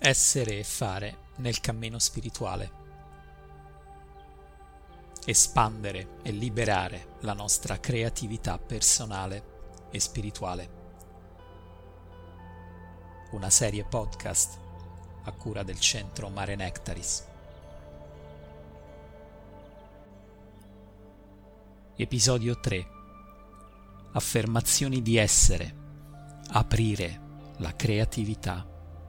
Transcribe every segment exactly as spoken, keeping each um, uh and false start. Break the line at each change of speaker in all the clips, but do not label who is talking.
essere e fare nel cammino spirituale, espandere e liberare la nostra creatività personale e spirituale. Una serie podcast a cura del centro Mare Nectaris. Episodio tre. Affermazioni di essere. Aprire la creatività.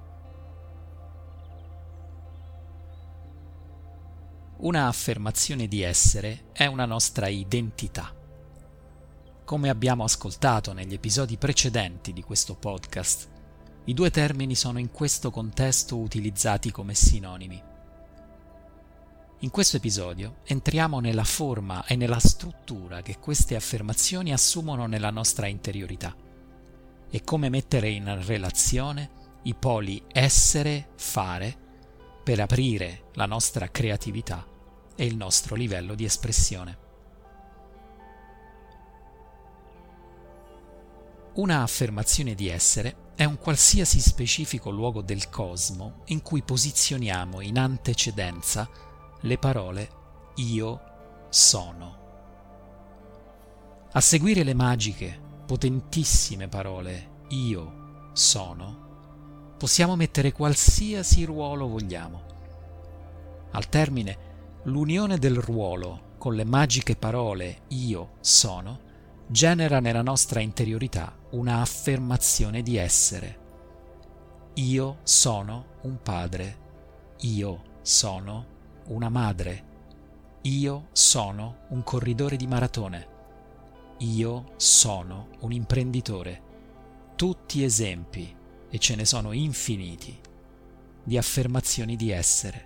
Una affermazione di essere è una nostra identità. Come abbiamo ascoltato negli episodi precedenti di questo podcast, i due termini sono in questo contesto utilizzati come sinonimi. In questo episodio entriamo nella forma e nella struttura che queste affermazioni assumono nella nostra interiorità e come mettere in relazione i poli essere-fare per aprire la nostra creatività e il nostro livello di espressione. Una affermazione di essere è un qualsiasi specifico luogo del cosmo in cui posizioniamo in antecedenza le parole io sono. A seguire le magiche, potentissime parole io sono, possiamo mettere qualsiasi ruolo vogliamo. Al termine, l'unione del ruolo con le magiche parole io sono genera nella nostra interiorità una affermazione di essere. Io sono un padre, io sono una madre, io sono un corridore di maratone, io sono un imprenditore. Tutti esempi, e ce ne sono infiniti, di affermazioni di essere.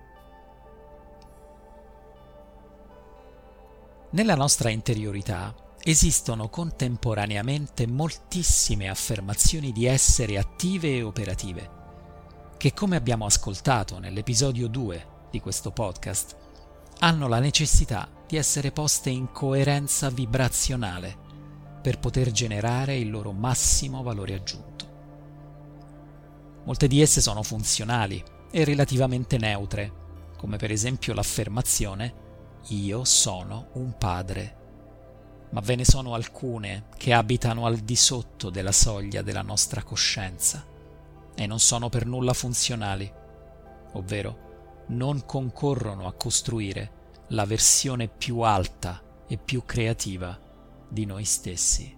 Nella nostra interiorità esistono contemporaneamente moltissime affermazioni di essere attive e operative, che, come abbiamo ascoltato nell'episodio due di questo podcast, hanno la necessità di essere poste in coerenza vibrazionale per poter generare il loro massimo valore aggiunto. Molte di esse sono funzionali e relativamente neutre, come per esempio l'affermazione io sono un padre, ma ve ne sono alcune che abitano al di sotto della soglia della nostra coscienza e non sono per nulla funzionali, ovvero non concorrono a costruire la versione più alta e più creativa di noi stessi.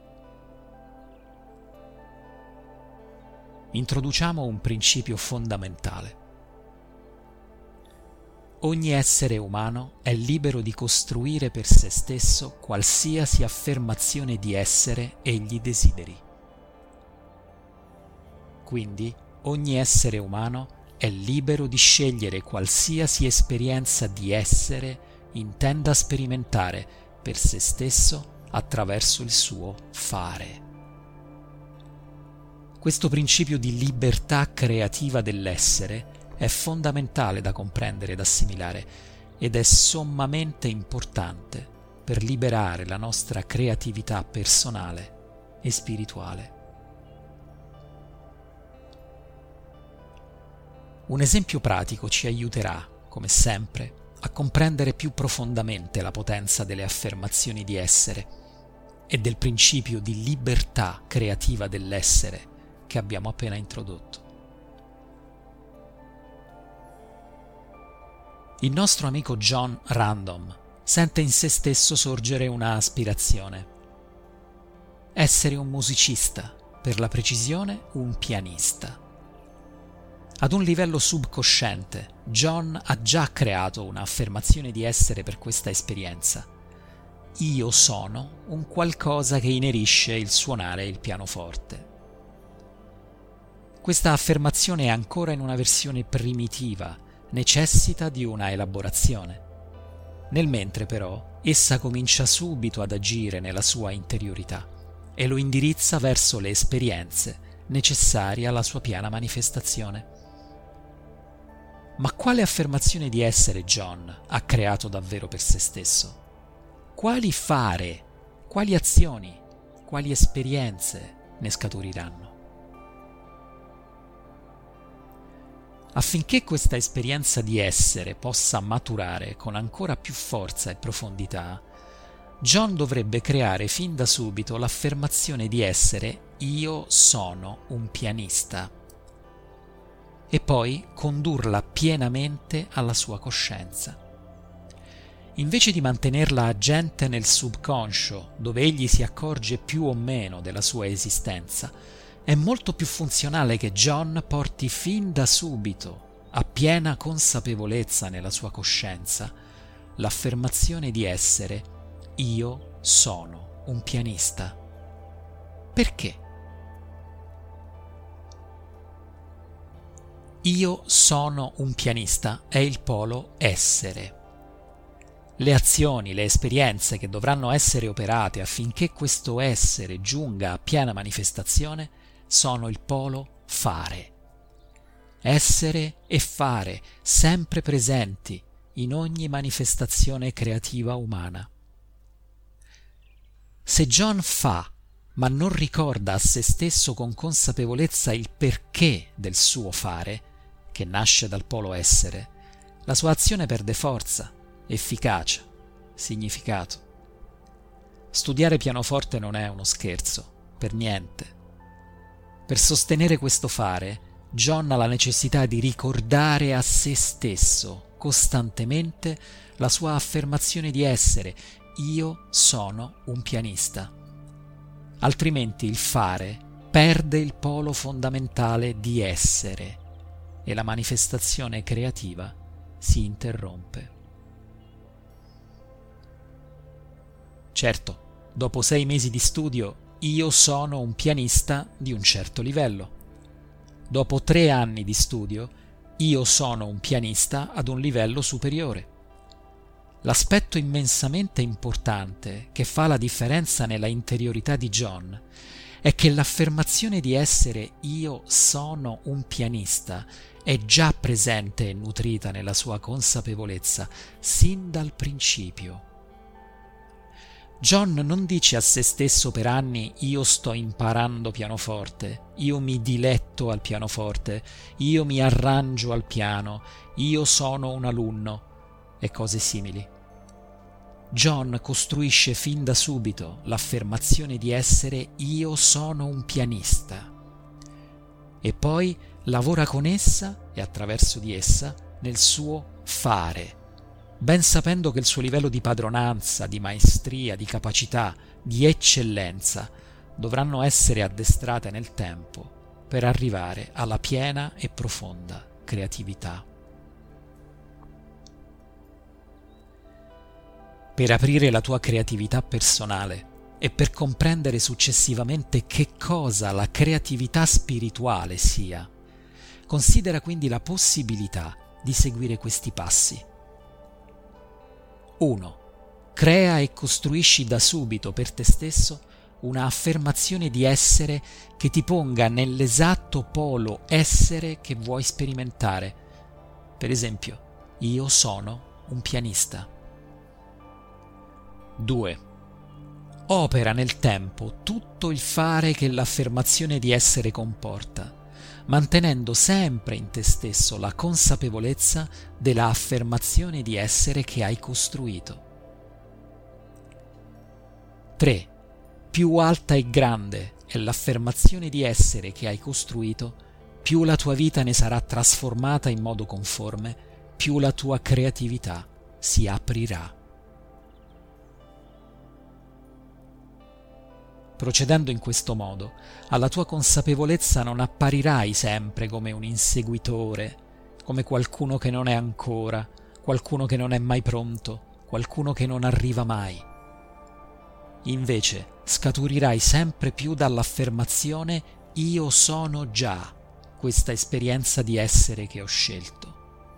Introduciamo un principio fondamentale. Ogni essere umano è libero di costruire per se stesso qualsiasi affermazione di essere egli desideri. Quindi ogni essere umano è libero di scegliere qualsiasi esperienza di essere intenda sperimentare per se stesso attraverso il suo fare. Questo principio di libertà creativa dell'essere è fondamentale da comprendere ed assimilare ed è sommamente importante per liberare la nostra creatività personale e spirituale. Un esempio pratico ci aiuterà, come sempre, a comprendere più profondamente la potenza delle affermazioni di essere e del principio di libertà creativa dell'essere che abbiamo appena introdotto. Il nostro amico John Random sente in se stesso sorgere una aspirazione: essere un musicista, per la precisione un pianista. Ad un livello subconsciente, John ha già creato un'affermazione di essere per questa esperienza. Io sono un qualcosa che inerisce il suonare il pianoforte. Questa affermazione è ancora in una versione primitiva, necessita di una elaborazione. Nel mentre però essa comincia subito ad agire nella sua interiorità e lo indirizza verso le esperienze necessarie alla sua piena manifestazione. Ma quale affermazione di essere John ha creato davvero per se stesso? Quali fare, quali azioni, quali esperienze ne scaturiranno? Affinché questa esperienza di essere possa maturare con ancora più forza e profondità, John dovrebbe creare fin da subito l'affermazione di essere io sono un pianista e poi condurla pienamente alla sua coscienza. Invece di mantenerla agente nel subconscio, dove egli si accorge più o meno della sua esistenza, è molto più funzionale che John porti fin da subito, a piena consapevolezza nella sua coscienza, l'affermazione di essere io sono un pianista. Perché? Io sono un pianista è il polo essere. Le azioni, le esperienze che dovranno essere operate affinché questo essere giunga a piena manifestazione sono il polo fare. Essere e fare, sempre presenti in ogni manifestazione creativa umana. Se John fa, ma non ricorda a se stesso con consapevolezza il perché del suo fare, che nasce dal polo essere, la sua azione perde forza, efficacia, significato. Studiare pianoforte non è uno scherzo, per niente. Per sostenere questo fare, John ha la necessità di ricordare a se stesso costantemente la sua affermazione di essere io sono un pianista. Altrimenti il fare perde il polo fondamentale di essere e la manifestazione creativa si interrompe. Certo, dopo sei mesi di studio, io sono un pianista di un certo livello. Dopo tre anni di studio, io sono un pianista ad un livello superiore. L'aspetto immensamente importante che fa la differenza nella interiorità di John è che l'affermazione di essere io sono un pianista è già presente e nutrita nella sua consapevolezza sin dal principio. John non dice a se stesso per anni io sto imparando pianoforte, io mi diletto al pianoforte, io mi arrangio al piano, io sono un alunno e cose simili. John costruisce fin da subito l'affermazione di essere io sono un pianista e poi lavora con essa e attraverso di essa nel suo fare, ben sapendo che il suo livello di padronanza, di maestria, di capacità, di eccellenza dovranno essere addestrate nel tempo per arrivare alla piena e profonda creatività. Per aprire la tua creatività personale e per comprendere successivamente che cosa la creatività spirituale sia, considera quindi la possibilità di seguire questi passi. uno. Crea e costruisci da subito per te stesso una affermazione di essere che ti ponga nell'esatto polo essere che vuoi sperimentare. Per esempio, io sono un pianista. due. Opera nel tempo tutto il fare che l'affermazione di essere comporta, mantenendo sempre in te stesso la consapevolezza della affermazione di essere che hai costruito. tre. Più alta e grande è l'affermazione di essere che hai costruito, più la tua vita ne sarà trasformata in modo conforme, più la tua creatività si aprirà. Procedendo in questo modo, alla tua consapevolezza non apparirai sempre come un inseguitore, come qualcuno che non è ancora, qualcuno che non è mai pronto, qualcuno che non arriva mai. Invece scaturirai sempre più dall'affermazione io sono già questa esperienza di essere che ho scelto.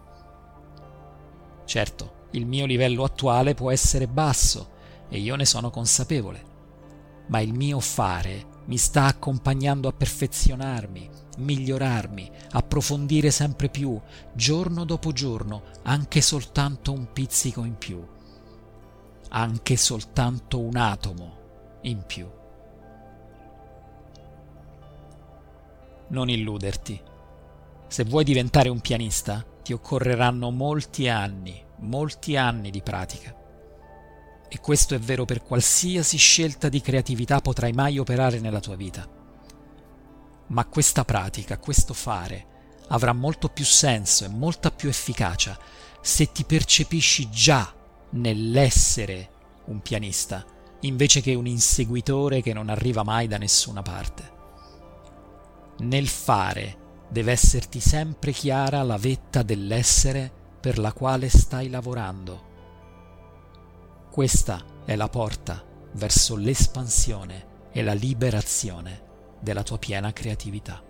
Certo, il mio livello attuale può essere basso e io ne sono consapevole, ma il mio fare mi sta accompagnando a perfezionarmi, migliorarmi, approfondire sempre più, giorno dopo giorno, anche soltanto un pizzico in più, anche soltanto un atomo in più. Non illuderti. Se vuoi diventare un pianista, ti occorreranno molti anni, molti anni di pratica. E questo è vero per qualsiasi scelta di creatività potrai mai operare nella tua vita. Ma questa pratica, questo fare, avrà molto più senso e molta più efficacia se ti percepisci già nell'essere un pianista, invece che un inseguitore che non arriva mai da nessuna parte. Nel fare deve esserti sempre chiara la vetta dell'essere per la quale stai lavorando. Questa è la porta verso l'espansione e la liberazione della tua piena creatività.